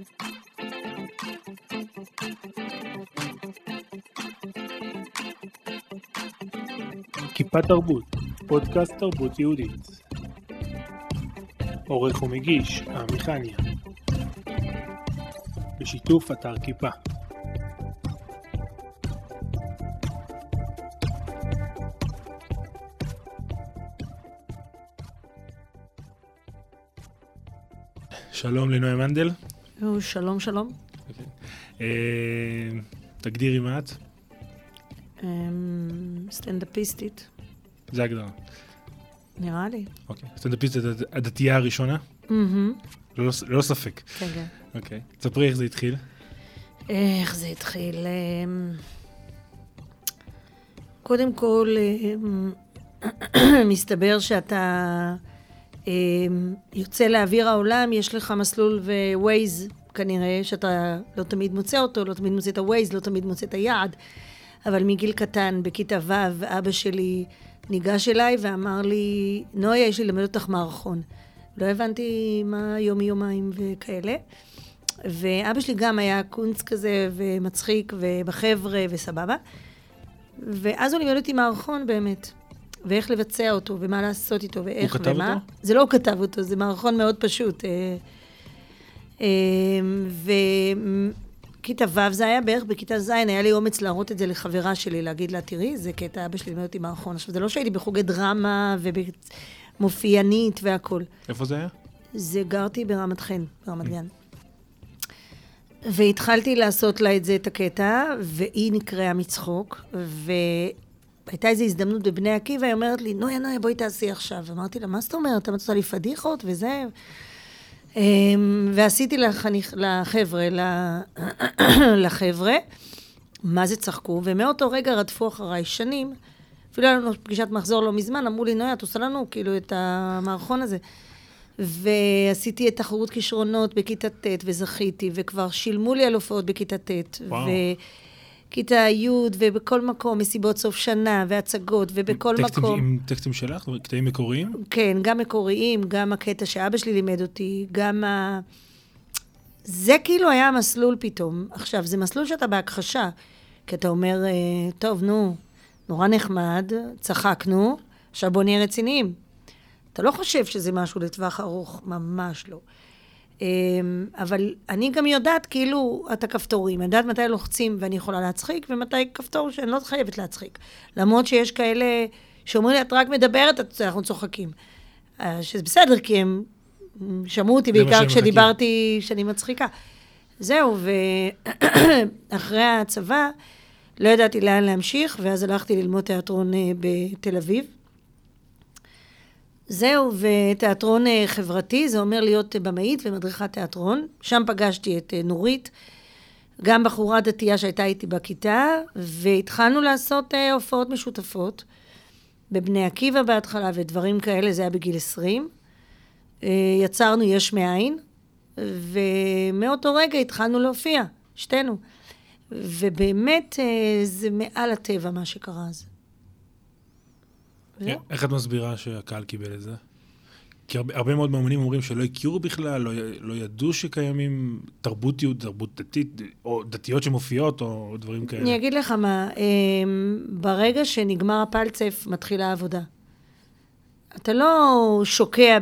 כיפה תרבות, פודקאסט תרבות יהודית. עורך ומגיש, עמיחניה. בשיתוף אתר כיפה. שלום לנועם מנדל. שלום, שלום. תגדירי מה את? סטנדאפיסטית. זה הגדרה. נראה לי. אוקיי. סטנדאפיסטית הדתייה הראשונה? ללא ספק. כן, כן. אוקיי. תספרי איך זה התחיל. איך זה התחיל? קודם כל, מסתבר שאתה יוצא לאוויר העולם, יש לך מסלול ווייז, כנראה שאתה לא תמיד מוצא אותו, לא תמיד מוצא את הווייז, לא תמיד מוצא את היעד, אבל מגיל קטן, בכיתה ו', אבא שלי ניגש אליי ואמר לי, נויה, יש לי למד אותך מערכון. לא הבנתי מה יומיים וכאלה. ואבא שלי גם היה קונץ כזה ומצחיק ובחבר'ה וסבבה. ואז הוא לימד אותי מערכון באמת. ואיך לבצע אותו ומה לעשות איתו ואיך ומה. הוא כתב אותו? זה לא הוא כתב אותו, זה מערכון מאוד פשוט. כיתה ו' זה היה בערך בכיתה ז', היה לי אומץ להראות את זה לחברה שלי, להגיד לה, תראי, זה קטע, אבא שלי לימד אותי מערכון. עכשיו, זה לא שהייתי בחוגי דרמה ובמופיינית והכל. איפה זה היה? זה גרתי ברמת חן, ברמת גן. והתחלתי לעשות לה את זה, את הקטע, והיא נקראה מצחוק, והייתה איזו הזדמנות בבני עקיבא, היא אומרת לי, נויה, בואי תעשי עכשיו. אמרתי לה, מה זאת אומרת? אתה מצאת לי פדיחות וזה... ועשיתי לחבר'ה, מה זה צחקו, ומאותו רגע רדפו אחריי שנים, אפילו היה לנו פגישת מחזור לא מזמן, אמרו לי, נויה, תעשה לנו כאילו את המערכון הזה. ועשיתי את תחרות כישרונות בכיתה ט' וזכיתי, וכבר שילמו לי על הופעות בכיתה ט', וכיתה י' ובכל מקום, מסיבות סוף שנה והצגות, ובכל מקום. עם טקסטים שלך? קטעים מקוריים? כן, גם מקוריים, גם הקטע שאבא שלי לימד אותי, גם זה כאילו היה המסלול פתאום. עכשיו, זה מסלול שאתה בהכחשה, כי אתה אומר, טוב, נו, נורא נחמד, צחקנו, עכשיו בוא נהיה רציניים. אתה לא חושב שזה משהו לטווח ארוך, ממש לא. אבל אני גם יודעת, כאילו, את הכפתורים, אני יודעת מתי לוחצים ואני יכולה להצחיק, ומתי כפתור שאני לא חייבת להצחיק. למרות שיש כאלה שאומרים לי, את רק מדברת, אנחנו צוחקים. שזה בסדר, כי הם שמעו אותי בעיקר כשדיברתי שאני מצחיקה. זהו, ואחרי הצבא, לא ידעתי לאן להמשיך, ואז הלכתי ללמוד תיאטרון בתל אביב. זהו, ותיאטרון חברתי, זה אומר להיות במאית ומדריכת תיאטרון. שם פגשתי את נורית, גם בחורה דתייה שהייתה איתי בכיתה, והתחלנו לעשות הופעות משותפות, בבני עקיבא בהתחלה ודברים כאלה, זה היה בגיל 20. יצרנו יש מאין, ומאותו רגע התחלנו להופיע, שתינו. ובאמת זה מעל הטבע מה שקרה אז. איך את מסבירה שהקהל קיבל את זה? כי הרבה מאוד מאמנים אומרים שלא הכירו בכלל, לא ידעו שקיימים תרבות דתית, או דתיות שמופיעות, או דברים כאלה. אני אגיד לך מה, ברגע שנגמר הפלצף, מתחילה העבודה. אתה לא שוקע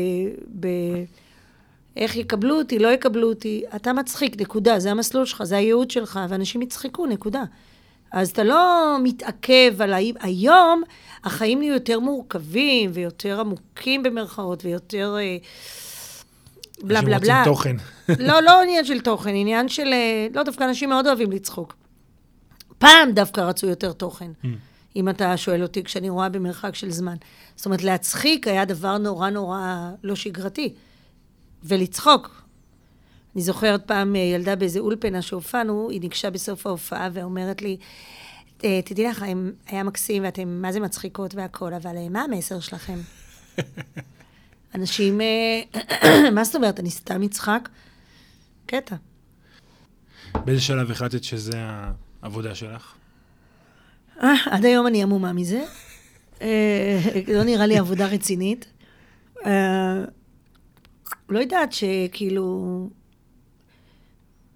איך יקבלו אותי, לא יקבלו אותי, אתה מצחיק, נקודה, זה המסלול שלך, זה הייעוד שלך, ואנשים יצחיקו, נקודה. אז אתה לא מתעכב על היום, החיים נהיו יותר מורכבים, ויותר עמוקים במרכאות, ויותר בלה בלה בלה. רוצים תוכן. לא עניין של תוכן, עניין של, לא דווקא אנשים מאוד אוהבים לצחוק. פעם דווקא רצו יותר תוכן, אם אתה שואל אותי, כשאני רואה במרחק של זמן. זאת אומרת, להצחיק היה דבר נורא נורא לא שגרתי, ולצחוק. אני זוכרת פעם ילדה באיזה אולפנה שהופענו, היא ניגשה בסוף ההופעה ואומרת לי, תדעי לך, היה מקסים ואתם מה זה מצחיקות והכל, אבל מה המסר שלכם? אנשים, מה זאת אומרת, אני סתם מצחק? קטע. באיזה שלב החלטת שזה העבודה שלך? עד היום אני עמומה מזה. לא נראה לי עבודה רצינית. לא יודעת שכאילו...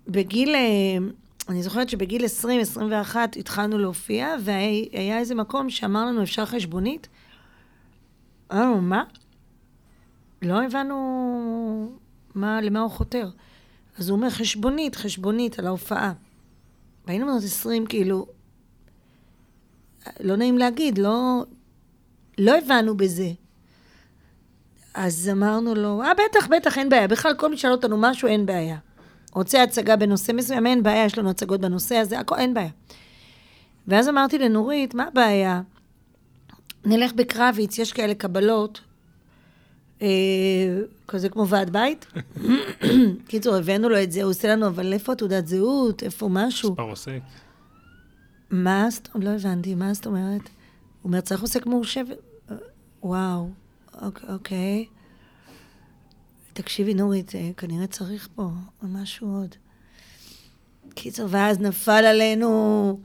אני זוכרת שבגיל 20-21 התחלנו להופיע, והיה איזה מקום שאמר לנו, אפשר חשבונית? אמרנו, מה? לא הבנו למה הוא חותר. אז הוא אומר, חשבונית על ההופעה. והיינו בנות 20, כאילו, לא נעים להגיד, לא הבנו בזה. אז אמרנו לו, בטח, אין בעיה. בכלל, כל מי שאל אותנו משהו, אין בעיה. רוצה הצגה בנושא מסוים, אין בעיה, יש לנו הצגות בנושא הזה, אין בעיה. ואז אמרתי לנורית, מה הבעיה? נלך בקרביץ, יש כאלה קבלות, כזה כמו ועד בית. קיצור, הבאנו לו את זה, הוא עושה לנו, אבל איפה תעודת זהות, איפה משהו? מספר עוסק. לא הבנתי, מה זאת אומרת? הוא אומר, צריך עוסק מורשה? וואו, אוקיי. תקשיבי, נורית, כנראה צריך פה משהו עוד. קיצור, ואז נפל עלינו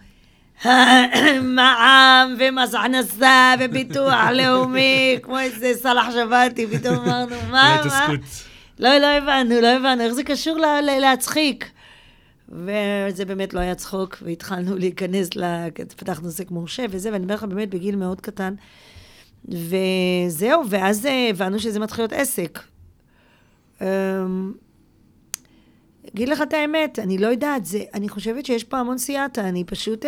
מע"מ ומס הכנסה וביטוח לאומי, כמו איזה סלח שבתי, פתאום אמרנו, מה? לא הבנו, איך זה קשור להצחיק? וזה באמת לא היה צחוק, והתחלנו להיכנס, פתחנו עוסק מורשה וזה, ואני אומר לך באמת בגיל מאוד קטן, וזהו, ואז הבנו שזה מתחיל להיות עסק. אגיד לך את האמת, אני לא יודעת, אני חושבת שיש פה המון סייאטה, אני פשוט,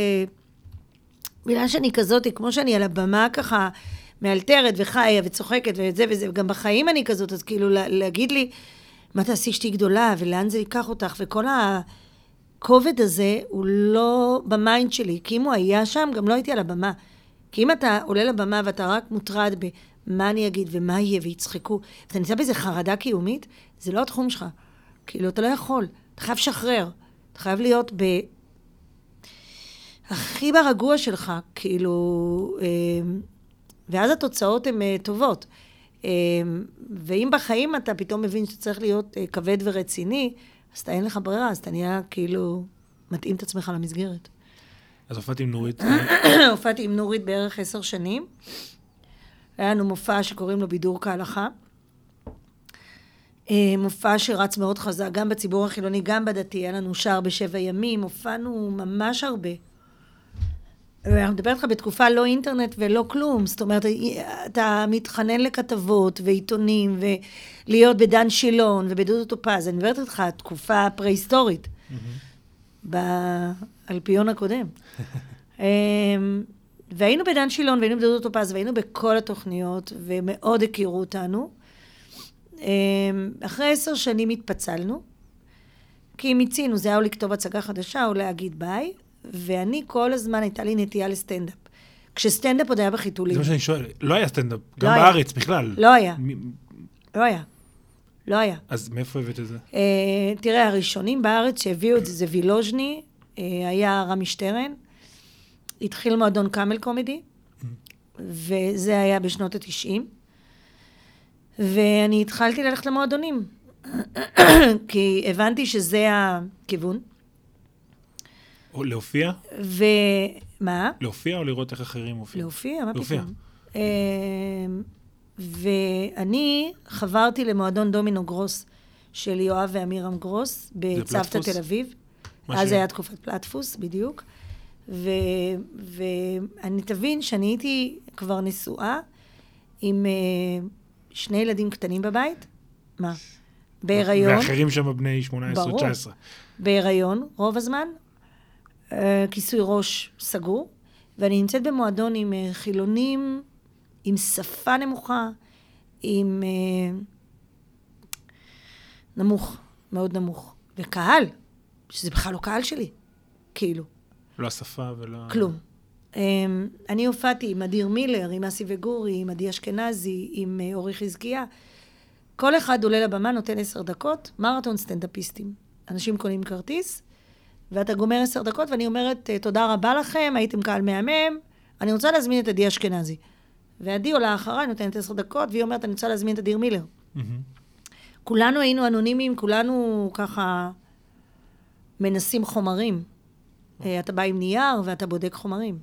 בגלל שאני כזאת, כמו שאני על הבמה ככה, מאלתרת וחיה וצוחקת וזה וזה, וגם בחיים אני כזאת, אז כאילו להגיד לי, מה תעשי שתי גדולה, ולאן זה ייקח אותך, וכל הכובד הזה הוא לא במיינד שלי, כי אם הוא היה שם, גם לא הייתי על הבמה. כי אם אתה עולה לבמה ואתה רק מוטרד במה אני אגיד ומה יהיה ויצחקו, ואתה נמצא באיזה חרדה קיומית, זה לא התחום שלך. כאילו, אתה לא יכול. אתה חייב לשחרר. אתה חייב להיות הכי ברגוע שלך, כאילו, ואז התוצאות הן טובות. ואם בחיים אתה פתאום מבין שאתה צריך להיות כבד ורציני, אז אתה אין לך ברירה, אז אתה נהיה כאילו מתאים את עצמך למסגרת. אז הופעתי עם נורית? הופעתי עם נורית בערך 10 שנים. היה לנו מופע שקוראים לו בידור כהלכה. מופע שרץ מאוד חזק, גם בציבור החילוני, גם בדתי. היה לנו שער ב7 ימים, הופענו ממש הרבה. אני מדברת לך בתקופה לא אינטרנט ולא כלום, זאת אומרת, אתה מתחנן לכתבות ועיתונים, ולהיות בדן שילון ובדודו טופז, אני מדברת איתך, תקופה פרה-היסטורית, באלפיון הקודם. והיינו בדן שילון, והיינו בדודו טופז, והיינו בכל התוכניות, ומאוד הכירו אותנו. אחרי 10 שנים התפצלנו, כי מיצינו, זה היה או לכתוב הצגה חדשה, או להגיד ביי, ואני כל הזמן הייתה לי נטייה לסטנדאפ. כשסטנדאפ עוד היה בחיתולים. זה מה שאני שואל, לא היה סטנדאפ, גם בארץ בכלל. לא היה. אז מאיפה הבאת את זה? תראה, הראשונים בארץ שהביאו את זה, זה וילוז'ני, היה רמי שטרן, התחיל מועדון קאמל קומדי, וזה היה בשנות ה-90, ואני התחלתי ללכת למועדונים, כי הבנתי שזה הכיוון. או להופיע? מה? להופיע או לראות איך אחרים מופיעים? להופיע, מה פתאום? ואני חברתי למועדון דומינו גרוס של יואב ואמירם גרוס, בצוותא תל אביב. אז היה תקופת פלטפוס, בדיוק. ואני תבין שאני הייתי כבר נשואה עם 2 ילדים קטנים בבית. מה? בהיריון. ואחרים שם בני 18-19. ברור. בהיריון, רוב הזמן. כיסוי ראש סגור, ואני נמצאת במועדון עם חילונים, עם שפה נמוכה, עם נמוך, מאוד נמוך. וקהל, שזה בכלל לא קהל שלי, כאילו. לא השפה ולא... כלום. אני הופעתי עם אדיר מילר, עם אסי וגורי, עם עדי אשכנזי, עם אורי חזקיה. כל אחד עולה לבמה, נותן 10 דקות, מרתון סטנדאפיסטים. אנשים קונים כרטיס, ואתה גומר 10 דקות, ואני אומרת, תודה רבה לכם, הייתם קהל מהמם, אני רוצה להזמין את עדי אשכנזי. ועדי עולה אחריי, נותנת 10 דקות, והיא אומרת, אני רוצה להזמין את אדיר מילר. כולנו היינו אנונימיים, כולנו ככה מנסים חומרים. אתה בא עם נייר, ואתה בודק חומרים.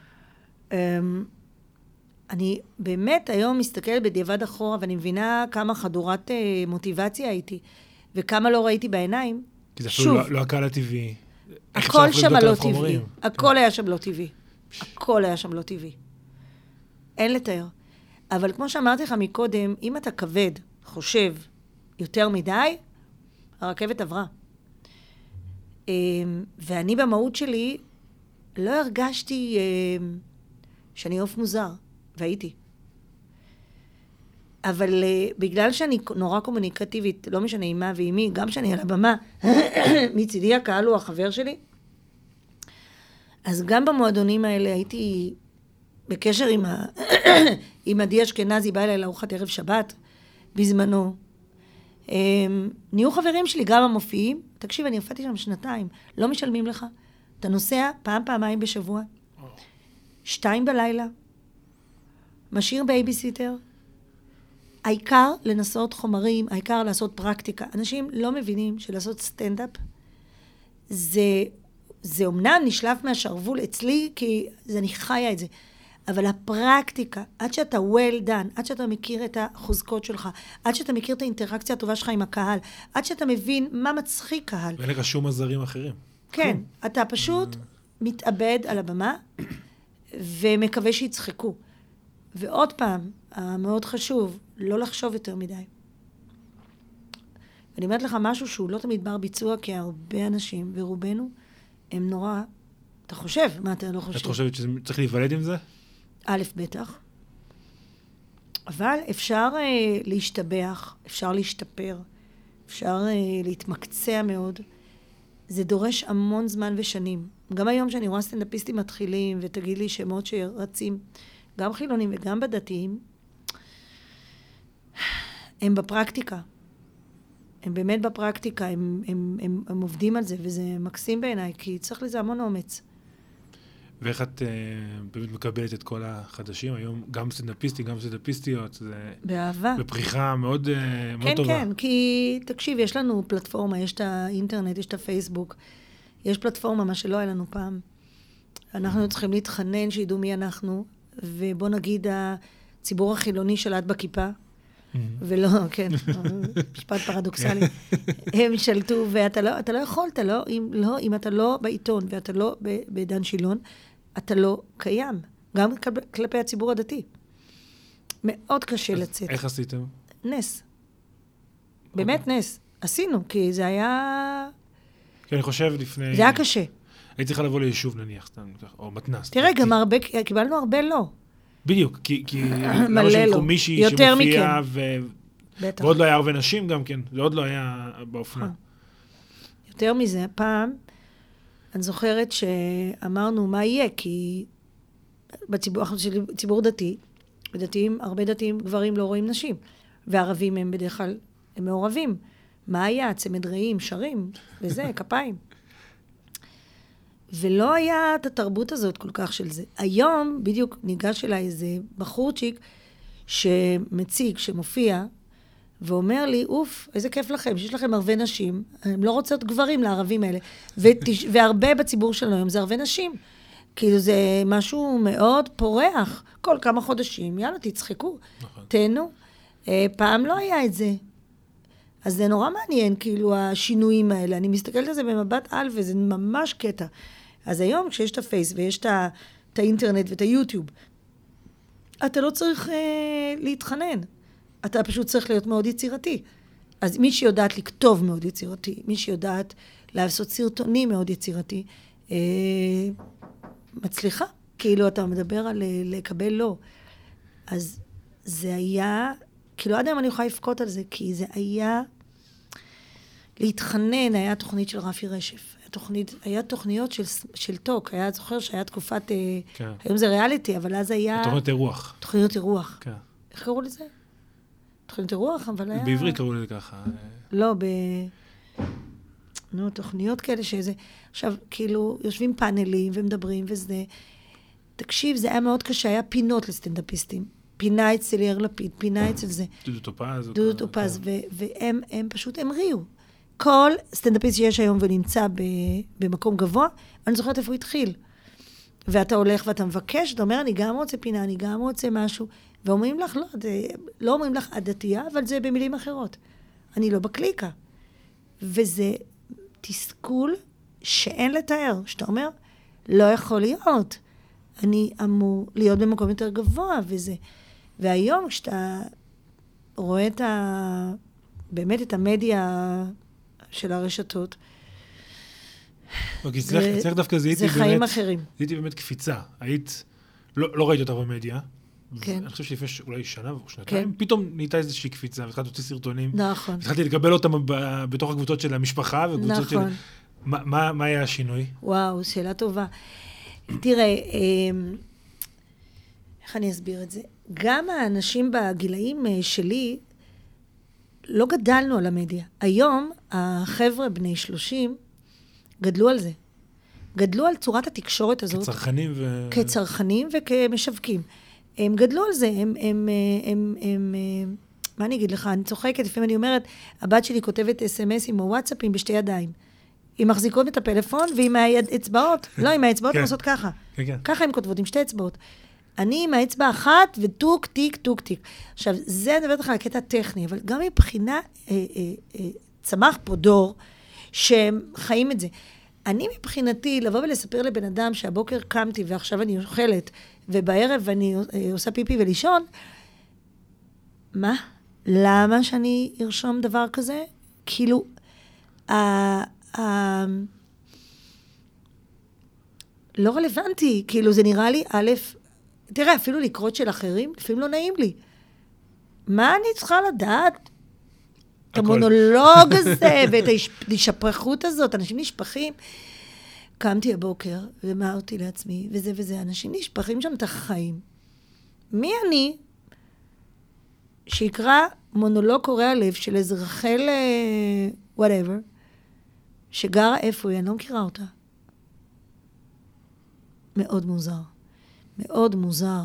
אני באמת היום מסתכלת בדיעבד אחורה, ואני מבינה כמה חדורת מוטיבציה הייתי, וכמה לא ראיתי בעיניים. כי זה אפילו לא הקהל הטבעי. הכל שם לא טבעי. הכל היה שם לא טבעי. הכל היה שם לא טבעי. אין לתאר. אבל כמו שאמרתי לך מקודם, אם אתה כבד, חושב יותר מדי, הרכבת עברה. ואני במהות שלי לא הרגשתי שאני עוף מוזר, והייתי. אבל בגלל שאני נורא קומוניקטיבית, לא משנה עם מה ועם מי, גם שאני על הבמה, מצידי הקהל הוא החבר שלי, אז גם במועדונים האלה הייתי בקשר עם עדי אשכנזי, בא אליי לארוחת ערב שבת, בזמנו. נהיו חברים שלי, גם המופיעים. תקשיב, אני הופעתי שם 2 לא משלמים לך. אתה נוסע פעמיים בשבוע, 2 בלילה, משאיר בייביסיטר, העיקר לנסות חומרים, העיקר לעשות פרקטיקה. אנשים לא מבינים שלעשות סטנדאפ, זה אומנם נשלף מהשרוול אצלי, כי אני חיה את זה. אבל הפרקטיקה, עד שאתה well done, עד שאתה מכיר את החוזקות שלך, עד שאתה מכיר את האינטראקציה הטובה שלך עם הקהל, עד שאתה מבין מה מצחיק קהל. ואין לך שום עזרים אחרים. כן, אתה פשוט מתאבד על הבמה, ומקווה שיצחקו. ועוד פעם, המאוד חשוב, לא לחשוב יותר מדי. אני אומרת לך משהו שהוא לא תמיד בר ביצוע, כי הרבה אנשים, ורובנו, הם נורא... אתה חושב, מה אתה לא חושב? את חושבת שצריך להיוולד עם זה? א', בטח. אבל אפשר להשתבח, אפשר להשתפר, אפשר להתמקצע מאוד. זה דורש המון זמן ושנים. גם היום שאני רואה סטנדאפיסטים מתחילים, ותגיד לי שמות שרצים, גם חילונים וגם בדתיים, הם בפרקטיקה. הם באמת בפרקטיקה, הם עובדים על זה, וזה מקסים בעיניי, כי צריך לזה המון אומץ. ואיך את באמת מקבלת את כל החדשים? היום גם סטנדאפיסטים, גם סטנדאפיסטיות, זה... באהבה. בפריחה מאוד כן, טובה. כן, כי תקשיב, יש לנו פלטפורמה, יש את האינטרנט, יש את הפייסבוק, יש פלטפורמה, מה שלא היה לנו פעם. אנחנו צריכים להתחנן שידעו מי אנחנו, ובוא נגיד הציבור החילוני שלט בכיפה, ולא, כן, משפט פרדוקסלי. הם שלטו, ואתה לא יכולת, אם אתה לא בעיתון, ואתה לא בדן שילון, אתה לא קיים. גם כלפי הציבור הדתי. מאוד קשה לצאת. איך עשיתם? נס. באמת נס. עשינו, כי זה היה... כי אני חושב לפני... זה היה קשה. הייתי צריכה לבוא ליישוב נניח, או מתנ"ס. תראה, גם הרבה, קיבלנו הרבה לא. בדיוק, כי מלא לא. מישהי שמופיע, ועוד לא היה הרבה נשים גם כן, זה עוד לא היה באופנה. יותר מזה, פעם, אני זוכרת שאמרנו מה יהיה, כי בציבור דתי, בדתיים, הרבה דתיים גברים לא רואים נשים, וערבים הם בדרך כלל, הם מעורבים. מה היה? צמד רעים, שרים, וזה, כפיים. ולא היה את התרבות הזאת כל כך של זה. היום בדיוק ניגש אליי איזה בחורצ'יק שמציג, שמופיע, ואומר לי, אוף, איזה כיף לכם, שיש לכם הרבה נשים, הם לא רוצות גברים לערבים האלה, והרבה בציבור שלנו היום זה הרבה נשים. כאילו זה משהו מאוד פורח, כל כמה חודשים, יאללה, תצחקו, תהנו. פעם לא היה את זה. אז זה נורא מעניין, כאילו, השינויים האלה. אני מסתכלת על זה במבט על, וזה ממש קטע. אז היום, כשיש את הפייס, ויש את האינטרנט ואת היוטיוב, אתה לא צריך להתחנן. אתה פשוט צריך להיות מאוד יצירתי. אז מי שיודעת לכתוב מאוד יצירתי, מי שיודעת לעשות סרטונים מאוד יצירתי, מצליחה. כאילו, אתה מדבר על לקבל לא. אז זה היה... כאילו, עד היום אני יכולה לפקוט על זה, כי זה היה להתחנן, היה תוכנית של רפי רשף. היה תוכניות של טוק, היה זוכר שהיה תקופת, כן. היום זה ריאליטי, אבל אז היה... תוכניות אירוח. תוכניות אירוח. כן. איך קראו לזה? תוכניות אירוח, אבל היה... בעברית קראו לזה ככה. לא, תוכניות כאלה שזה... עכשיו, כאילו, יושבים פאנלים ומדברים וזה... תקשיב, זה היה מאוד קשה, היה פינות לסטנדאפיסטים. פינה אצל יאיר לפיד, פינה אצל זה. דודו טופז. דודו טופז, והם פשוט המריאו. כל סטנדאפיסט שיש היום ונמצא במקום גבוה, אני זוכרת איפה הוא התחיל. ואתה הולך ואתה מבקש, אתה אומר, אני גם רוצה פינה, אני גם רוצה משהו, ואומרים לך, לא אומרים לך הדתייה, אבל זה במילים אחרות. אני לא בקליקה. וזה תסכול שאין לתאר, שאתה אומר, לא יכול להיות. אני אמור להיות במקום יותר גבוה, וזה. והיום, כשאתה רואה באמת את המדיה של הרשתות, אצלך דווקא זה חיים אחרים. זיהיתי באמת קפיצה. היית, לא ראיתי אותה במדיה. כן. אני חושב שלפני אולי שנה או שנתיים, פתאום נהייתה איזושהי קפיצה, והתחלתי להוציא סרטונים. נכון. התחלתי לקבל אותם בתוך הקבוצות של המשפחה, וקבוצות של... נכון. מה היה השינוי? וואו, שאלה טובה. תראה, איך אני אסביר את זה? גם האנשים בגילאים שלי, לא גדלנו על המדיה. היום, החבר'ה בני 30, גדלו על זה. גדלו על צורת התקשורת הזאת. כצרכנים כצרכנים וכמשווקים. הם גדלו על זה, מה אני אגיד לך? אני צוחקת, לפעמים אני אומרת, הבת שלי כותבת אס-אמסים או וואטסאפים בשתי ידיים. היא מחזיקות את הפלאפון, ועם האצבעות, לא, עם האצבעות הן עושות ככה. ככה הן כותבות, עם שתי אצבעות. אני עם האצבע אחת, וטוק, טיק, טוק, טיק. עכשיו, זה אני מדברת לך על הקטע טכני, אבל גם מבחינה, צמח פה דור, שהם חיים את זה. אני מבחינתי, לבוא ולספר לבן אדם שהבוקר קמתי, ועכשיו אני אוכלת, ובערב אני עושה פיפי ולישון, מה? למה שאני ארשום דבר כזה? כאילו, לא רלוונטי, כאילו זה נראה לי, א', תראה, אפילו לקרות של אחרים, לפעמים לא נעים לי. מה אני צריכה לדעת? את המונולוג הזה, ואת ההשפכות הזאת, אנשים נשפכים. קמתי הבוקר, ואמרתי לעצמי, וזה וזה, אנשים נשפכים שם את החיים. מי אני שיקרא מונולוג קורע לב של איזה רחל, whatever, שגרה איפה היא, אני לא מכירה אותה. מאוד מוזר. מאוד מוזר.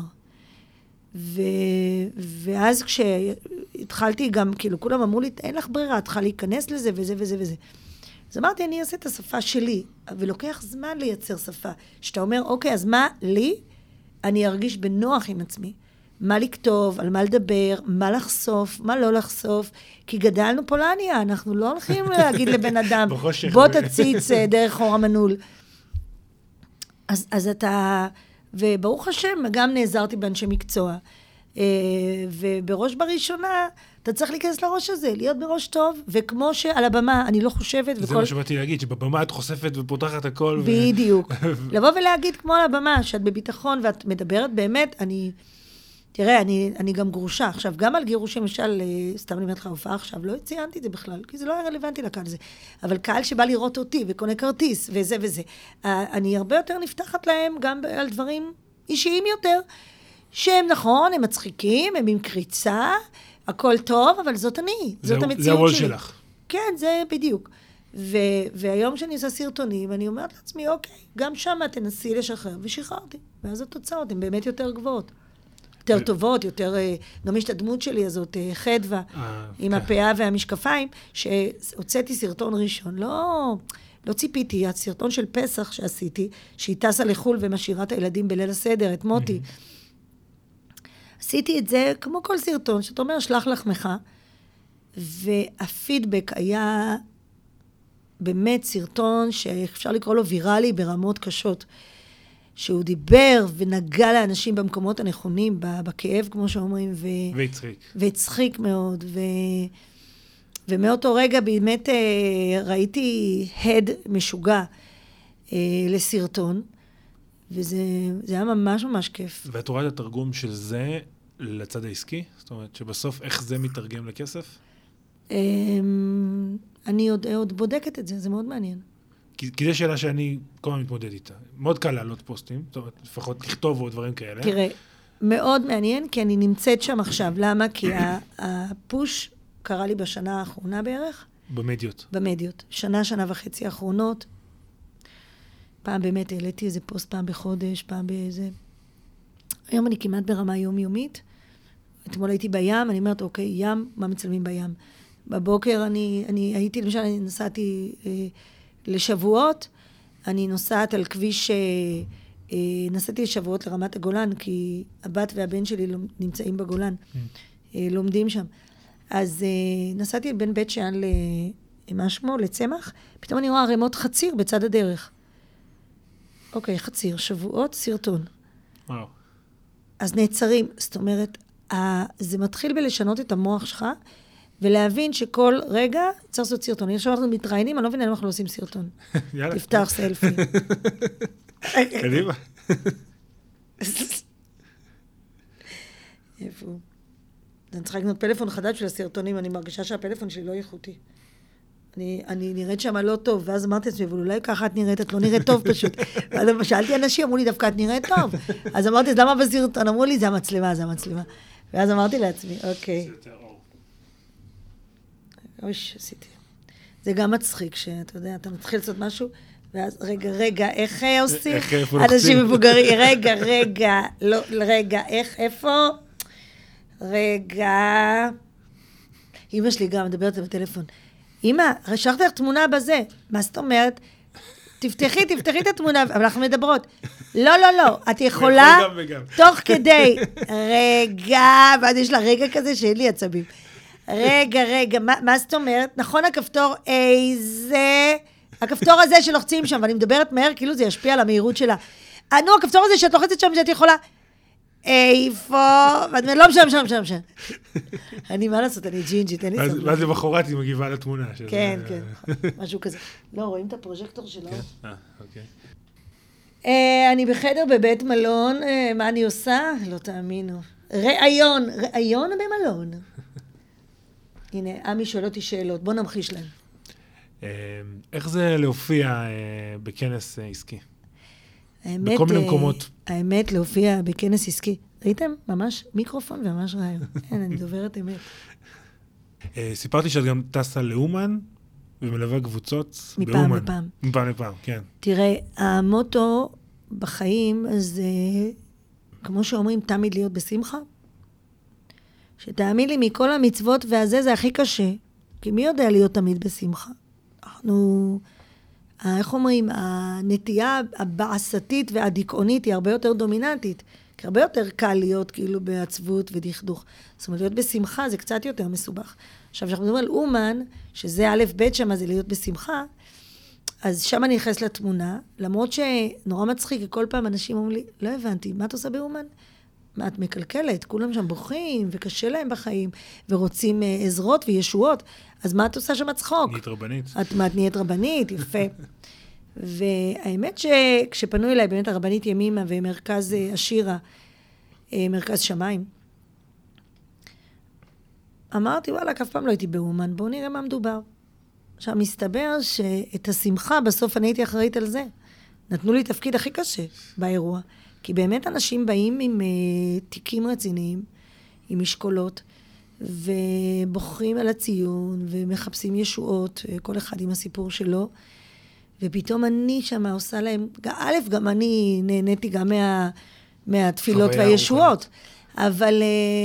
ואז כשהתחלתי גם, כאילו, כולם אמרו לי, אין לך ברירה, צריכה להיכנס לזה וזה וזה וזה. אז אמרתי, אני אעשה את השפה שלי, ולוקח זמן לייצר שפה. שאתה אומר, אוקיי, אז מה לי? אני ארגיש בנוח עם עצמי. מה לכתוב, על מה לדבר, מה לחשוף, מה לא לחשוף, כי גדלנו פולניה, אנחנו לא הולכים להגיד לבן אדם, בוא תציץ דרך אור המנעול. אז אתה, וברוך השם, גם נעזרתי באנשי מקצוע, ובראש בראשונה, אתה צריך להיכנס לראש הזה, להיות בראש טוב, וכמו שעל הבמה, אני לא חושבת, זה מה שבאתי להגיד, שבבמה את חושפת ופותחת הכל. בדיוק. לבוא ולהגיד כמו על הבמה, שאת בביטחון, ואת מדברת באמת, תראה, אני גם גרושה. עכשיו, גם על גירושים, למשל, סתם אני אומרת לך הופעה עכשיו, לא ציינתי את זה בכלל, כי זה לא היה רלוונטי לקהל הזה. אבל קהל שבא לראות אותי וקונה כרטיס, וזה וזה. אני הרבה יותר נפתחת להם גם על דברים אישיים יותר, שהם נכון, הם מצחיקים, הם עם קריצה, הכל טוב, אבל זאת אני. זאת המציאות שלי. זה הוול שלך. כן, זה בדיוק. והיום כשאני עושה סרטונים, אני אומרת לעצמי, אוקיי, גם שם תנסי לשחרר, ושחררתי. ואז התוצאות הן באמת יותר גבוהות. יותר טובות, יותר, גם יש את הדמות שלי הזאת, חדווה, עם הפאה והמשקפיים, שהוצאתי סרטון ראשון. לא ציפיתי, הסרטון של פסח שעשיתי, שהיא טסה לחול ומשאירה את הילדים בליל הסדר, את מוטי. עשיתי את זה כמו כל סרטון, שאתה אומר, שלח לחמך, והפידבק היה באמת סרטון שאפשר לקרוא לו ויראלי ברמות קשות. שהוא דיבר ונגע לאנשים במקומות הנכונים, בכאב, כמו שאומרים, והצחיק מאוד, ומאותו רגע באמת ראיתי הד משוגע לסרטון, וזה היה ממש ממש כיף. ואת רואה את התרגום של זה לצד העסקי? זאת אומרת, שבסוף איך זה מתרגם לכסף? אני עוד בודקת את זה, זה מאוד מעניין. כי זו שאלה שאני כל הזמן מתמודד איתה. מאוד קל לעלות פוסטים, זאת אומרת, לפחות לכתוב או דברים כאלה. תראה, מאוד מעניין, כי אני נמצאת שם עכשיו. למה? כי הפוש קרה לי בשנה האחרונה בערך. במדיות. במדיות. שנה וחצי האחרונות. פעם באמת העליתי איזה פוסט פעם בחודש, פעם באיזה... היום אני כמעט ברמה יומיומית. אתמול הייתי בים, אני אומרת, אוקיי, ים, מה מצלמים בים? בבוקר אני הייתי, למשל, אני נסעתי... לשבועות, אני נוסעת על כביש, נסעתי לשבועות לרמת הגולן, כי הבת והבן שלי נמצאים בגולן, לומדים שם. אז נסעתי בין בית שאן מה שמו, לצמח, פתאום אני רואה ערימות חציר בצד הדרך. אוקיי, חציר, שבועות, סרטון. וואו. אז נעצרים, זאת אומרת, זה מתחיל בלשנות את המוח שלך, ולהבין שכל רגע צריך לעשות סרטון. עכשיו אנחנו מתראיינים, אני לא מבינה למה אנחנו לא עושים סרטון. יאללה. תפתח סלפי. קדימה. איפה? אני צריכה לקנות פלאפון חדש של הסרטונים, אני מרגישה שהפלאפון שלי לא איכותי. אני נראית שם לא טוב, ואז אמרתי לעצמי, אבל אולי ככה את נראית, את לא נראית טוב פשוט. ואז שאלתי אנשים, אמרו לי, דווקא את נראית טוב. אז אמרתי, אז למה בסרטון? אמרו לי, זה המצלמה, זה המצלמה. ואז אמרתי לעצמי, אוקיי. אוש, עשיתי. זה גם מצחיק, שאתה יודע, אתה מתחיל לעשות משהו, ואז רגע, איך עושים? אנשים מבוגרים, רגע, לא, רגע, איפה? רגע. אמא שלי גם מדברת בטלפון. אמא, רשחת לך תמונה בזה. מה זאת אומרת? תפתחי את התמונה, אבל אנחנו מדברות. לא, את יכולה תוך כדי. רגע, ואז יש לה רגע כזה שאין לי עצבים. רגע, מה זאת אומרת? נכון, הכפתור איזה... הכפתור הזה שלוחצים שם, ואני מדברת מהר, כאילו זה ישפיע על המהירות שלה. נו, הכפתור הזה שאת לוחצת שם, שאת יכולה... איפה? ואת אומרת, לא משנה. אני, מה לעשות, אני ג'ינג'ית, אין לי סבלנות. ואז למחרת היא מגיבה לתמונה. כן, משהו כזה. לא, רואים את הפרוז'קטור שלו? כן, אוקיי. אני בחדר בבית מלון, מה אני עושה? לא תאמינו. ראיון במלון. הנה, עמי שואל אותי שאלות, בוא נמחיש להם. איך זה להופיע בכנס עסקי? בכל מיני מקומות. האמת, להופיע בכנס עסקי. ראיתם? ממש מיקרופון וממש רעיון. אין, אני דוברת אמת. סיפרתי שאת גם טסה לאומן, ומלווה קבוצות באומן. מפעם לפעם, כן. תראה, המוטו בחיים זה, כמו שאומרים, תמיד להיות בשמחה. שתאמין לי, מכל המצוות והזה זה הכי קשה. כי מי יודע להיות תמיד בשמחה? אנחנו... איך אומרים, הנטייה הבעסתית והדיכאונית היא הרבה יותר דומיננטית, כי הרבה יותר קל להיות כאילו בעצבות ודכדוך. זאת אומרת, להיות בשמחה זה קצת יותר מסובך. עכשיו, כשאנחנו מדברים על אומן, שזה א' ב' שם, זה להיות בשמחה, אז שם אני נכנס לתמונה, למרות שנורא מצחיק, כי כל פעם אנשים אומרים לי, לא הבנתי, מה את עושה באומן? מה את מקלקלת? כולם שם בוכים, וקשה להם בחיים, ורוצים עזרות וישועות. אז מה את עושה שם צחוק? נהיית רבנית. את נהיית רבנית, יפה. והאמת שכשפנו אליי באמת הרבנית ימימה ומרכז השירה, מרכז שמיים, אמרתי, וואלה, אף פעם לא הייתי באומן, בואו נראה מה מדובר. עכשיו, מסתבר שאת השמחה, בסוף אני הייתי אחראית על זה. נתנו לי תפקיד הכי קשה באירוע. כי באמת אנשים באים עם תיקים רציניים, עם משקולות, ובוחרים על הציון, ומחפשים ישועות, כל אחד עם הסיפור שלו, ופתאום אני שמה עושה להם, א', גם אני נהניתי גם מהתפילות והישועות, אבל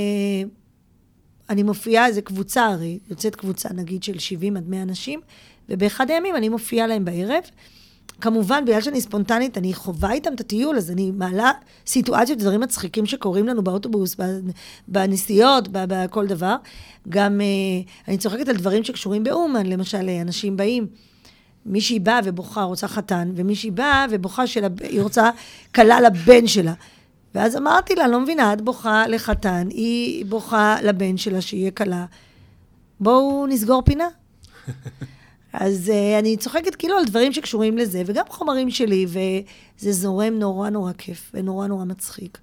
אני מופיעה, איזו קבוצה הרי, יוצאת קבוצה נגיד של 70 עד 100 אנשים, ובאחד הימים אני מופיעה להם בערב, כמובן, בגלל שאני ספונטנית, אני חווה איתם את הטיול, אז אני מעלה סיטואציות, דברים מצחיקים שקורים לנו באוטובוס, בנסיעות, בכל דבר. גם אני צוחקת על דברים שקשורים באומן, למשל, אנשים באים, מישהי באה ובוכה, רוצה חתן, ומישהי באה ובוכה היא רוצה קלה לבן שלה. ואז אמרתי לה, לא מבינה, את בוכה לחתן, היא בוכה לבן שלה שיהיה קלה. בואו נסגור פינה. אז אני צוחקת כאילו על דברים שקשורים לזה, וגם חומרים שלי, וזה זורם נורא נורא כיף, ונורא נורא מצחיק.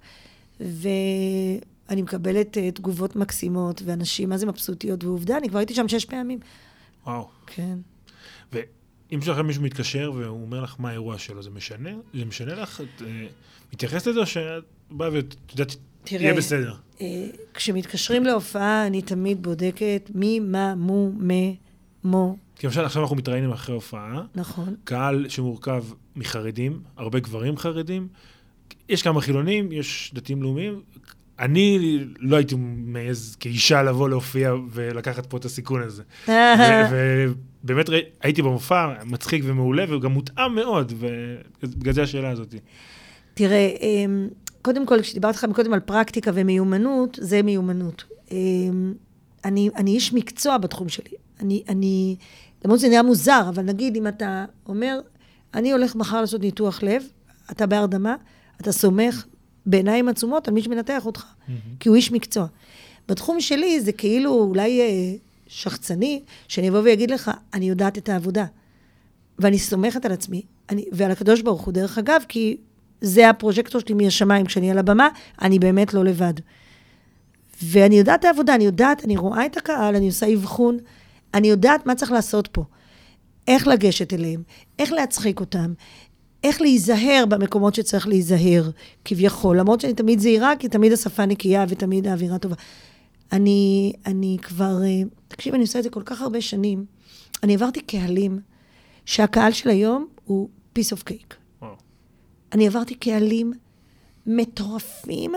ואני מקבלת תגובות מקסימות, ואנשים, מה זה מבסוטיות, ועובדה, אני כבר הייתי שם 6 פעמים. וואו. כן. ואם שלכם מישהו מתקשר, והוא אומר לך מה האירוע שלו, זה משנה? זה משנה לך? את מתייחסת לזה, או שאת באה ואת יודעת, יהיה בסדר? כשמתקשרים להופעה, אני תמיד בודקת מי, מה, מו, מו. כי למשל, עכשיו אנחנו מתראיינים אחרי הופעה. נכון. קהל שמורכב מחרדים, הרבה גברים חרדים. יש כמה חילונים, יש דתיים לאומיים. אני לא הייתי מעז כאישה לבוא להופיע ולקחת פה את הסיכון הזה. ובאמת הייתי במופע מצחיק ומעולה, וגם מותאם מאוד, ובגלל זה השאלה הזאת. תראה, קודם כל, כשדיברתי לך קודם על פרקטיקה ומיומנות, זה מיומנות. אני איש מקצוע בתחום שלי. אני למרות זה נראה מוזר, אבל נגיד אם אתה אומר, אני הולך מחר לעשות ניתוח לב, אתה בהרדמה, אתה סומך בעיניים עצומות על מי שמנתח אותך, כי הוא איש מקצוע. בתחום שלי זה כאילו אולי שחצני, שאני אבוא ויגיד לך, אני יודעת את העבודה, ואני סומכת על עצמי, ועל הקדוש ברוך הוא דרך אגב, כי זה הפרוז'קטור שלי מהשמיים, כשאני על הבמה, אני באמת לא לבד. ואני יודעת את העבודה, אני רואה את הקהל, אני עושה אבחון, אני יודעת מה צריך לעשות פה. איך לגשת אליהם, איך להצחיק אותם, איך להיזהר במקומות שצריך להיזהר, כביכול, למרות שאני תמיד זהירה, כי תמיד השפה נקייה ותמיד האווירה טובה. אני כבר, תקשיב, אני עושה את זה כל כך הרבה שנים, אני עברתי קהלים, שהקהל של היום הוא piece of cake. וואו. אני עברתי קהלים מטורפים,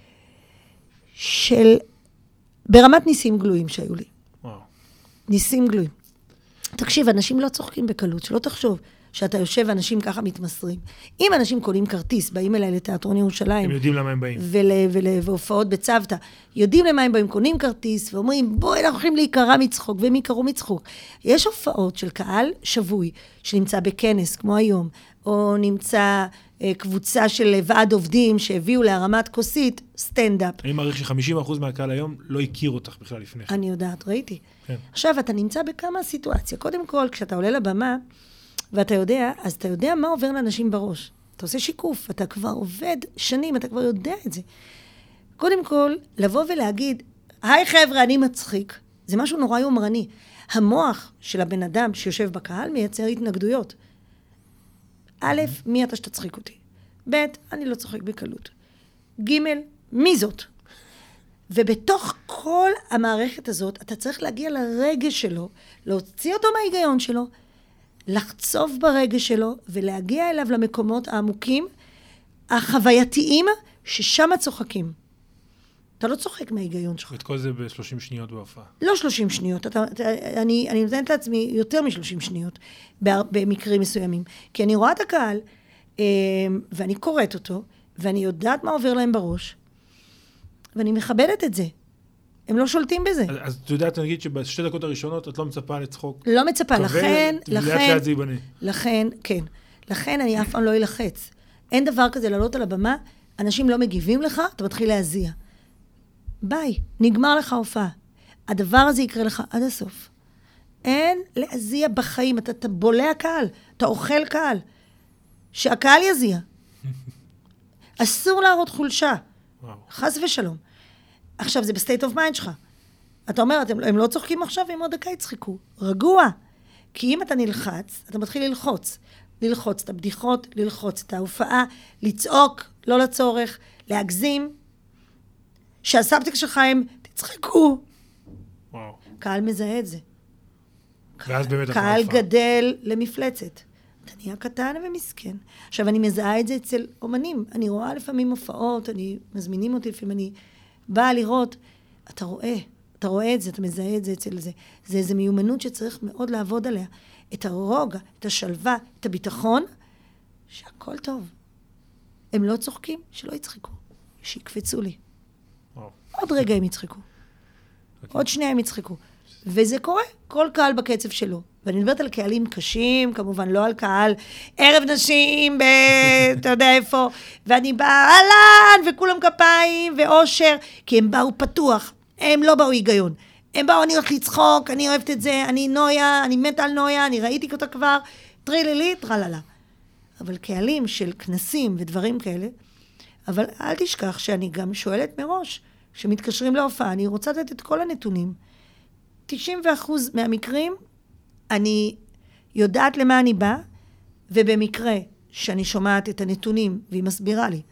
ברמת ניסים גלויים שהיו לי. וואו. ניסים גלויים. תקשיב, אנשים לא צוחקים בקלות, שלא תחשוב שאתה יושב ואנשים ככה מתמסרים. אם אנשים קונים כרטיס, באים אליי לתיאטרון ירושלים, הם יודעים למה הם באים. והופעות בצוותא, יודעים למה הם באים, קונים כרטיס, ואומרים, בואי, אנחנו הולכים להיקרא מצחוק, והם יקראו מצחוק. יש הופעות של קהל שבוי, שנמצא בכנס, כמו היום, או נמצא קבוצה של ועד עובדים שהביאו להרמת כוסית, סטנדאפ. אני מעריך ש50% מהקהל היום לא הכיר אותך בכלל לפני כן. אני יודעת, ראיתי. כן. עכשיו, אתה נמצא בכמה סיטואציה. קודם כל, כשאתה עולה לבמה, ואתה יודע, אז אתה יודע מה עובר לאנשים בראש. אתה עושה שיקוף, אתה כבר עובד שנים, אתה כבר יודע את זה. קודם כל, לבוא ולהגיד, היי חבר'ה, אני מצחיק, זה משהו נורא יומרני. המוח של הבן אדם שיושב בקהל מייצר התנגדויות. א', מי אתה שתצחיק אותי? ב', אני לא צוחק בקלות. ג', מי זאת? ובתוך כל המערכת הזאת, אתה צריך להגיע לרגש שלו, להוציא אותו מההיגיון שלו, לחצוב ברגש שלו, ולהגיע אליו למקומות העמוקים, החווייתיים, ששם צוחקים. אתה לא צוחק מההיגיון שלך. ואת כל זה ב-30 שניות בהופעה. לא 30 שניות, אני נותנת לעצמי יותר מ-30 שניות, במקרים מסוימים. כי אני רואה את הקהל, ואני קוראת אותו, ואני יודעת מה עובר להם בראש, ואני מכבדת את זה. הם לא שולטים בזה. אז את יודעת, נגיד שבשתי דקות הראשונות את לא מצפה לצחוק. לא מצפה, לכן אני אף פעם לא אלחץ. אין דבר כזה לעלות על הבמה, אנשים לא מגיבים לך, אתה מתחיל להזיע. ביי, נגמר לך הופעה. הדבר הזה יקרה לך עד הסוף. אין להזיע בחיים, אתה בולע קהל, אתה אוכל קהל. שהקהל יזיע. אסור להראות חולשה. חס ושלום. עכשיו, זה בסטייט אוף מיינד שלך. אתה אומר, הם לא צוחקים עכשיו, הם עוד דקה יצחקו. רגוע. כי אם אתה נלחץ, אתה מתחיל ללחוץ. ללחוץ את הבדיחות, ללחוץ את ההופעה, לצעוק, לא לצורך, להגזים. שהסבתק שלך הם, תצחקו. וואו. קהל מזהה את זה. ואז באמת קהל גדל למפלצת. אתה נהיה קטן ומסכן. עכשיו, אני מזהה את זה אצל אומנים. אני רואה לפעמים הופעות, מזמינים אותי לפעמים, אני באה לראות, אתה רואה את זה, אתה מזהה את זה אצל זה. זה איזו מיומנות שצריך מאוד לעבוד עליה. את הרוגע, את השלווה, את הביטחון, שהכל טוב. הם לא צוחקים, שלא יצחקו. שיקפצו לי. עוד רגע הם יצחקו. עוד שנייה הם יצחקו. וזה קורה, כל קהל בקצב שלו. ואני מדברת על קהלים קשים, כמובן לא על קהל, ערב נשים, אתה יודע איפה, ואני באה, אהלן, וכולם כפיים, ואושר, כי הם באו פתוח, הם לא באו היגיון. הם באו, אני הולכת לצחוק, אני אוהבת את זה, אני נויה, אני מתה על נויה, אני ראיתי אותה כבר, טרילילי, טרללה. אבל קהלים של כנסים ודברים כאלה, אבל אל תשכח שאני גם שואלת מראש, שמתקשרים להופעה, אני רוצה לתת את כל הנתונים. 90% מהמקרים, אני יודעת למה אני באה, ובמקרה שאני שומעת את הנתונים, והיא מסבירה לי,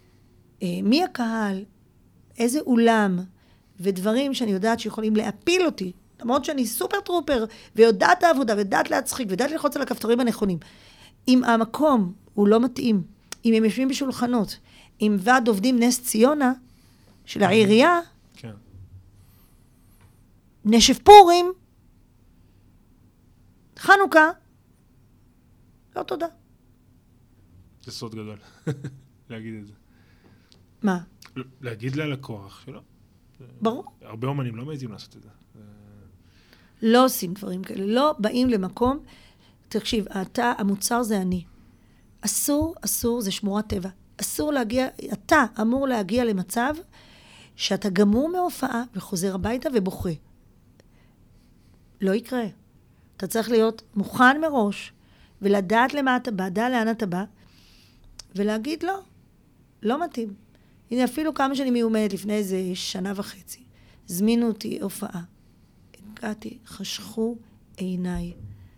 מי הקהל, איזה אולם, ודברים שאני יודעת שיכולים להפיל אותי, למרות שאני סופר טרופר, ויודעת את העבודה, ויודעת להצחיק, ויודעת ללחוץ על הכפתורים הנכונים. אם המקום הוא לא מתאים, אם הם יושבים בשולחנות, אם ועד עובדים נס ציונה, של העירייה, כן. נשף פורים, חנוכה, לא תודה. זה סוד גדול, להגיד את זה. מה? להגיד ללקוח שלא. ברור. הרבה אומנים לא מעזים לעשות את זה. לא עושים דברים כאלה, לא באים למקום, תקשיב, המוצר זה אני. אסור, זה שמורת טבע. אסור להגיע, אתה אמור להגיע למצב שאתה גמור מהופעה וחוזר הביתה ובוכה. לא יקרה. אתה צריך להיות מוכן מראש, ולדעת למה אתה בא, דע לאן אתה בא, ולהגיד לא, לא מתאים. הנה אפילו כמה שנים מיומדת לפני איזה 1.5 שנה, הזמינו אותי הופעה. הגעתי, חשכו עיניי.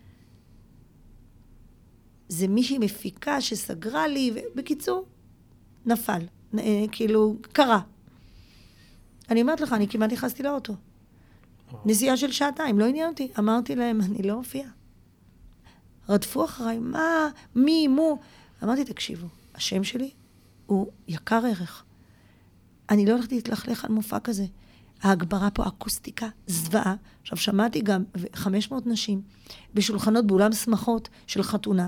זה מישהי מפיקה שסגרה לי, ובקיצור, נפל. כאילו, קרה. אני אומרת לך, אני כמעט נכנסתי לאוטו. נסיעה של 2 שעות, לא עניין אותי. אמרתי להם, אני לא הופיע. רדפו אחריי, מה, מי, מו. אמרתי, תקשיבו, השם שלי הוא יקר ערך. אני לא הולכת להתלכלך על מופע כזה. ההגברה פה, אקוסטיקה, זוועה. עכשיו, שמעתי גם 500 נשים בשולחנות באולם שמחות של חתונה.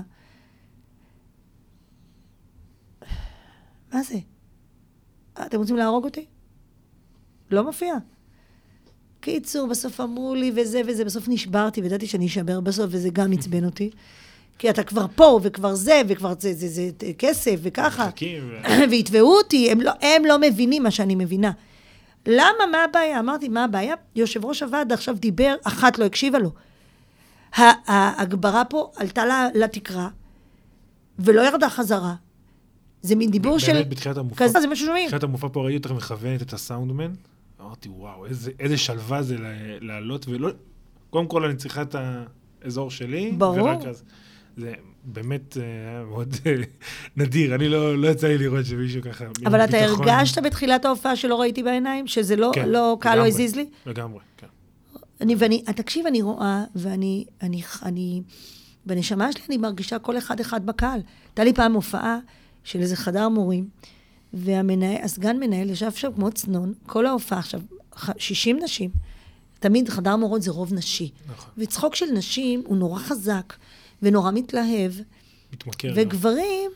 מה זה? אתם רוצים להרוג אותי? לא מופיע. קיצור, בסוף אמרו לי וזה, בסוף נשברתי, וידעתי שאני אשבר בסוף, וזה גם עצבן אותי. כי אתה כבר פה, וכבר זה כסף, וככה. והתבעו אותי, הם לא מבינים מה שאני מבינה. למה? מה הבעיה? אמרתי, מה הבעיה? יושב ראש הוועד עכשיו דיבר, אחת לא הקשיבה לו. ההגברה פה עלתה לתקרה, ולא ירדה חזרה. זה מין דיבור של... באמת בתחילת המופע. כזה, זה משהו שומעים. בתחילת המופע פה ראיתי אותך מכוונת את הסאונדמן. אמרתי, וואו, איזה שלווה זה לעלות, ולא... קודם כל אני צריכה את האזור שלי. ברור. ורק אז... זה באמת מאוד נדיר. אני לא יצא לי לראות שמישהו ככה... אבל אתה הרגשת בתחילת ההופעה שלא ראיתי בעיניים? שזה לא קהל לא הזיז לי? לגמרי, כן. תקשיב, אני רואה, בנשמה שלי אני מרגישה כל אחד בקהל. הייתה לי פעם הופעה של איזה חדר מורים, והסגן מנהל ישב שם כמו צנון, כל ההופעה עכשיו, 60 נשים, תמיד חדר מורות זה רוב נשי. נכון. וצחוק של נשים הוא נורא חזק, ונורא מתלהב. מתמכר. וגברים,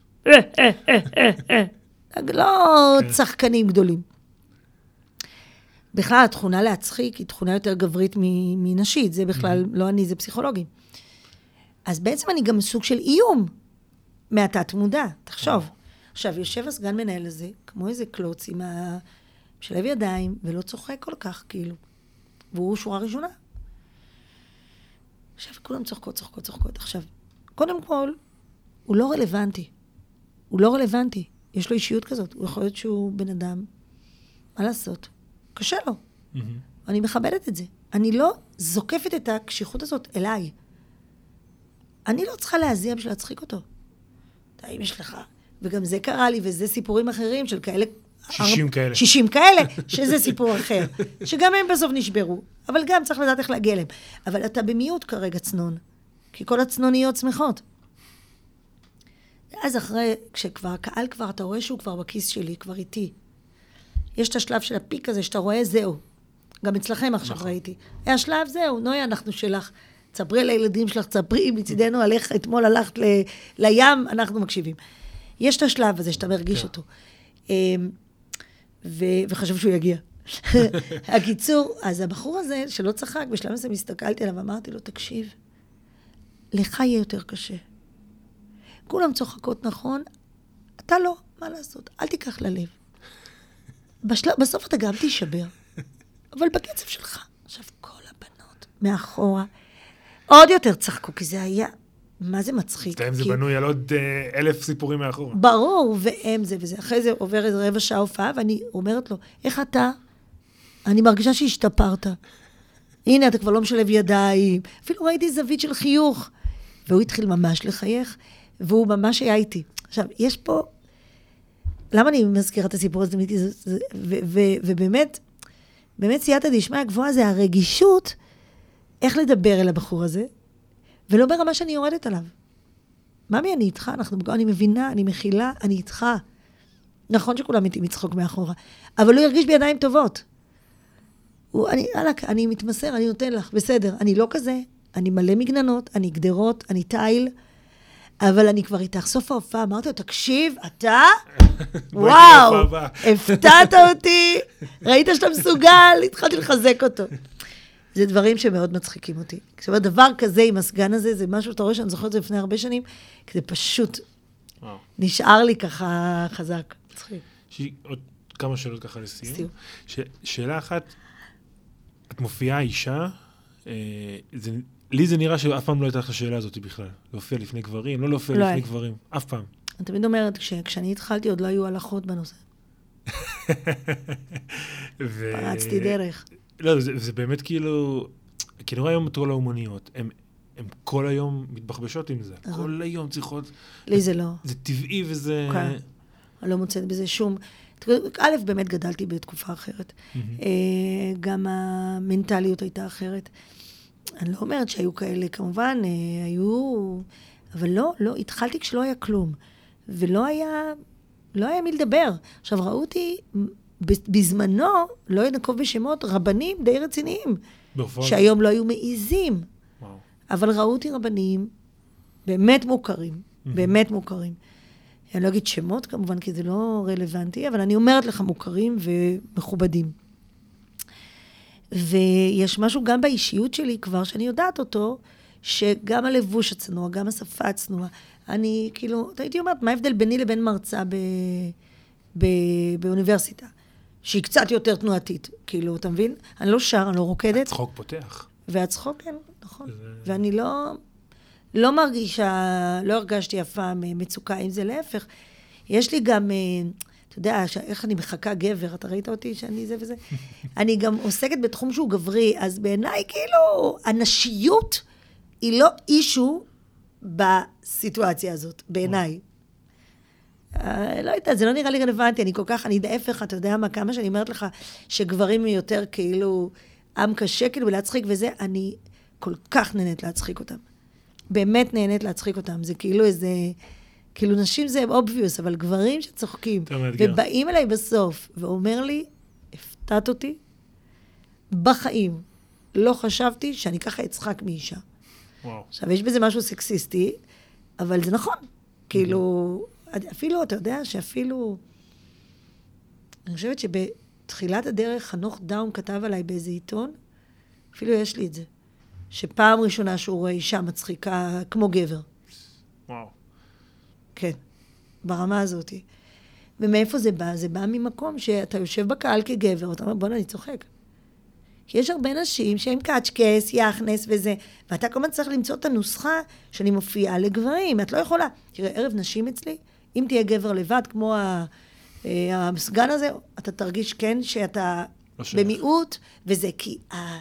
לא צחקנים גדולים. בכלל, התכונה להצחיק היא תכונה יותר גברית מנשית, זה בכלל לא אני, זה פסיכולוגים. אז בעצם אני גם סוג של איום מהתת מודע, תחשוב. עכשיו, יושב הסגן מנהל הזה, כמו איזה קלוץ עם משלב ידיים, ולא צוחק כל כך, כאילו. והוא שורה ראשונה. עכשיו, כולם צוחקות. עכשיו, קודם כל, הוא לא רלוונטי. הוא לא רלוונטי. יש לו אישיות כזאת. הוא יכול להיות שהוא בן אדם. מה לעשות? קשה לו. אני מכבדת את זה. אני לא זוקפת את הקשיחות הזאת אליי. אני לא צריכה להזיע בשביל להצחיק אותו. אם יש לך... וגם זה קרה לי, וזה סיפורים אחרים של כאלה... 60 כאלה, שזה סיפור אחר. שגם הם בסוף נשברו. אבל גם צריך לדעת איך להגיע להם. אבל אתה במיעוט כרגע צנון. כי כל הצנוניות שמחות. אז אחרי, כשכבר הקהל כבר, אתה רואה שהוא כבר בכיס שלי, כבר איתי. יש את השלב של הפיק הזה, שאתה רואה, זהו. גם אצלכם עכשיו ראיתי. השלב, זהו, נויה, אנחנו שלך. צברי לילדים שלך, צברי מצידנו עליך, אתמול הלכת לים, אנחנו מקשיבים. יש את השלב הזה שאתה מרגיש אותו. וחשוב שהוא יגיע. הקיצור, אז הבחור הזה שלא צחק, בשלב הזה מסתכלתי עליו, אמרתי לו, תקשיב, לך יהיה יותר קשה. כולם צוחקות נכון, אתה לא, מה לעשות? אל תיקח ללב. בסוף אתה גם תישבר, אבל בקצב שלך. עכשיו, כל הבנות מאחורה, עוד יותר צחקו, כי זה היה, מה זה מצחיק? אצלם זה בנוי על עוד 1,000 סיפורים מאחורה. ברור, והם זה וזה. אחרי זה עובר איזה 15 שעה הופעה, ואני אומרת לו, איך אתה? אני מרגישה שהשתפרת. הנה, אתה כבר לא משלב ידיים. אפילו ראיתי זווית של חיוך. והוא התחיל ממש לחייך, והוא ממש היה איתי. עכשיו, יש פה... למה אני מזכירה את הסיפור הזה? ובאמת, סייעתא דשמיא הגבוהה זה הרגישות, איך לדבר אל הבחור הזה, ולא ברמה שאני יורדת עליו. ממי, אני איתך, אני מבינה, אני מכילה, אני איתך. נכון שכולם איתי מצחוק מאחורה, אבל הוא ירגיש בידיים טובות. אני מתמסר, אני נותן לך, בסדר, אני לא כזה, אני מלא מגננות, אני גדרות, אני טייל, אבל אני כבר איתך. סוף ההופעה, אמרתי לו, תקשיב, אתה? וואו, הפתעת אותי, ראית שאתה מסוגל, התחלתי לחזק אותו. זה דברים שמאוד מצחיקים אותי. זאת אומרת, דבר כזה עם הסגן הזה, זה משהו שאתה רואה שאני זוכרת את זה לפני הרבה שנים, כי זה פשוט נשאר לי ככה חזק. מצחיק. עוד כמה שאלות ככה לסיום. שאלה אחת, את מופיעה אישה, לי זה נראה שאף פעם לא הייתה לך השאלה הזאת בכלל. להופיע לפני גברים, לא להופיע לפני גברים, אף פעם. אני תמיד אומרת, כשאני התחלתי עוד לא היו הלכות בנושא. פרצתי דרך. לא, זה באמת כאילו, כי נורא היום כל האומניות, הן כל היום מתבחבשות עם זה. כל היום צריכות... לי זה לא. זה טבעי וזה... אני לא מוצאת בזה שום... א', באמת גדלתי בתקופה אחרת. גם המנטליות הייתה אחרת. אני לא אומרת שהיו כאלה, כמובן, היו... אבל לא, התחלתי כשלא היה כלום. ולא היה מי לדבר. עכשיו, ראו אותי, בזמנו, לא ינקוב בשמות, רבנים די רציניים. שהיום לא היו מעיזים. אבל ראו אותי רבנים באמת מוכרים. באמת מוכרים. אני לא אגיד שמות, כמובן, כי זה לא רלוונטי, אבל אני אומרת לך מוכרים ומכובדים. ויש משהו גם באישיות שלי כבר, שאני יודעת אותו, שגם הלבוש הצנוע, גם השפה הצנועה, אני כאילו, הייתי אומרת, מה ההבדל ביני לבין מרצה באוניברסיטה, שהיא קצת יותר תנועתית, כאילו, אתה מבין? אני לא שר, אני לא רוקדת. הצחוק פותח. והצחוק, כן, נכון. ואני לא מרגישה, לא הרגשתי אף פעם מצוקה, אם זה להפך. יש לי גם, אתה יודע, איך אני מחכה גבר, אתה ראית אותי שאני זה וזה? אני גם עוסקת בתחום שהוא גברי, אז בעיניי כאילו, הנשיות היא לא אישו בסיטואציה הזאת, בעיניי. לא יודעת, זה לא נראה לי רלוונטי, אני להפך, אתה יודע מה, כמה שאני אומרת לך, שגברים יותר כאילו, עם קשה כאילו להצחיק וזה, אני כל כך נהנית להצחיק אותם. באמת נהנית להצחיק אותם. זה כאילו איזה, כאילו נשים זה obvious, אבל גברים שצוחקים, ובאים אליי בסוף, ואומר לי, הפתעת אותי, בחיים, לא חשבתי שאני ככה אצחק מאישה. וואו. עכשיו, יש בזה משהו סקסיסטי, אבל זה נכון. כאילו, אפילו, אתה יודע, שאפילו, אני חושבת שבתחילת הדרך, חנוך דאום כתב עליי באיזה עיתון, אפילו יש לי את זה. שפעם ראשונה שהוא רואה אישה מצחיקה כמו גבר. וואו. כן, ברמה הזאת. ומאיפה זה בא? זה בא ממקום שאתה יושב בקהל כגבר, ואתה אומר, בוא'נה, אני צוחק. כי יש הרבה נשים שהם קאצ'קס, יחנס וזה, ואתה כל הזמן צריך למצוא את הנוסחה שאני מופיעה לגברים. את לא יכולה. תראה, ערב נשים אצלי, אם תהיה גבר לבד, כמו הסגן הזה, אתה תרגיש כן שאתה במיעוט, וזה כי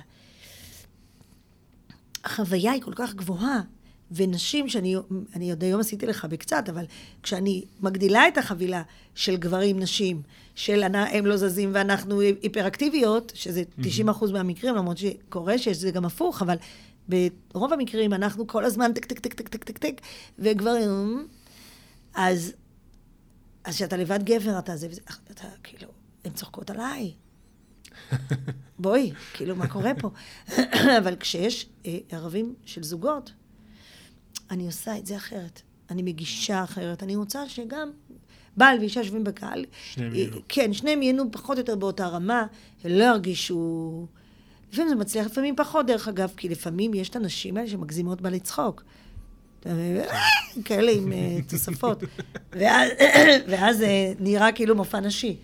החוויה היא כל כך גבוהה, ונשים שאני עוד היום עשיתי לך בקצת, אבל כשאני מגדילה את החבילה של גברים, נשים, של הם לא זזים ואנחנו היפראקטיביות, שזה 90% מהמקרים, למרות שקורה שזה גם הפוך, אבל ברוב המקרים אנחנו כל הזמן טק, טק, טק, טק, טק, טק, טק, וגברים, אז שאתה לבד גבר, אתה כאילו, הן צוחקות עליי. בואי, כאילו, מה קורה פה? אבל כשיש ערבים של זוגות, אני עושה את זה אחרת. אני מגישה אחרת. אני רוצה שגם בעל ואישה שווים בקהל. שניהם יינו. כן, שניהם יינו פחות או יותר באותה רמה. לא ירגישו... לפעמים זה מצליח, לפעמים פחות, דרך אגב, כי לפעמים יש את הנשים האלה שמגזימות בה לצחוק. כאלה עם תוספות. ואז נראה כאילו מופע נשי.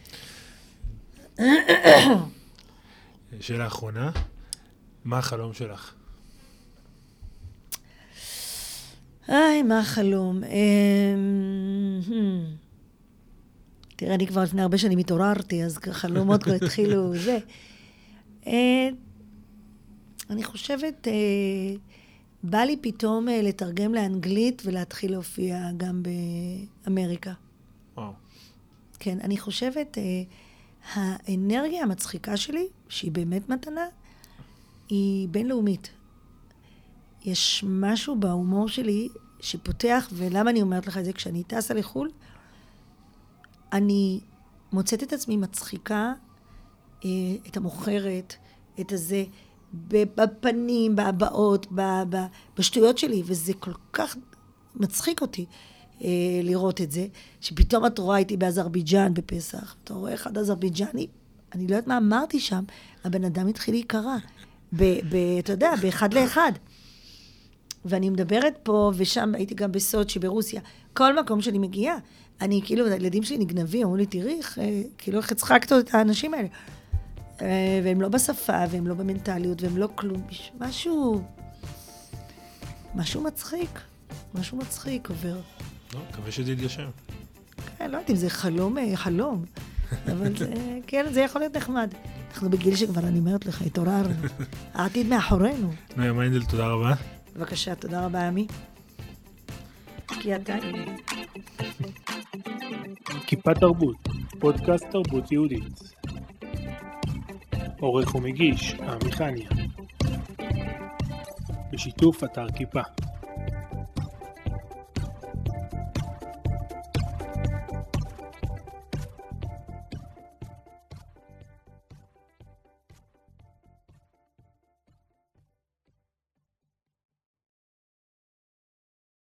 שאלה אחרונה, מה החלום שלך? מה החלום? תראה, אני כבר לפני הרבה שנים התעוררתי, אז חלומות כבר התחילו, זה. אני חושבת, בא לי פתאום לתרגם לאנגלית ולהתחיל להופיע גם באמריקה. וואו. כן, אני חושבת, האנרגיה המצחיקה שלי, שהיא באמת מתנה, היא בינלאומית. יש משהו בהומור שלי שפותח, ולמה אני אומרת לך את זה? כשאני טסה לחול, אני מוצאת את עצמי מצחיקה את המוכרת, את הזה, בפנים, בהבעות, בשטויות שלי, וזה כל כך מצחיק אותי לראות את זה, שפתאום את רואה איתי באזרבייג'אן בפסח, אתה רואה אחד אזרבייג'אני, אני לא יודעת מה אמרתי שם, הבן אדם התחיל להיקרא. אתה יודע, באחד לאחד. ואני מדברת פה ושם, הייתי גם בסוצ'י, ברוסיה. כל מקום שאני מגיעה, אני כאילו, הילדים שלי נגנבים, אמרו לי, תראי, כאילו, איך הצחקת את האנשים האלה. והם לא בשפה, והם לא במנטליות, והם לא כלום. משהו מצחיק עובר. לא, מקווה שזה יתגשם. כן, לא יודעת אם זה חלום. אבל כן, זה יכול להיות נחמד. אנחנו בגיל שכבר, אני אומרת לך, התעוררנו. העתיד מאחורינו. נויה מיינדל, תודה רבה. בבקשה, תודה רבה, עמי. כי אתה... כיפה תרבות, פודקאסט תרבות יהודית. עורך ומגיש, עמי חניה. בשיתוף אתר כיפה.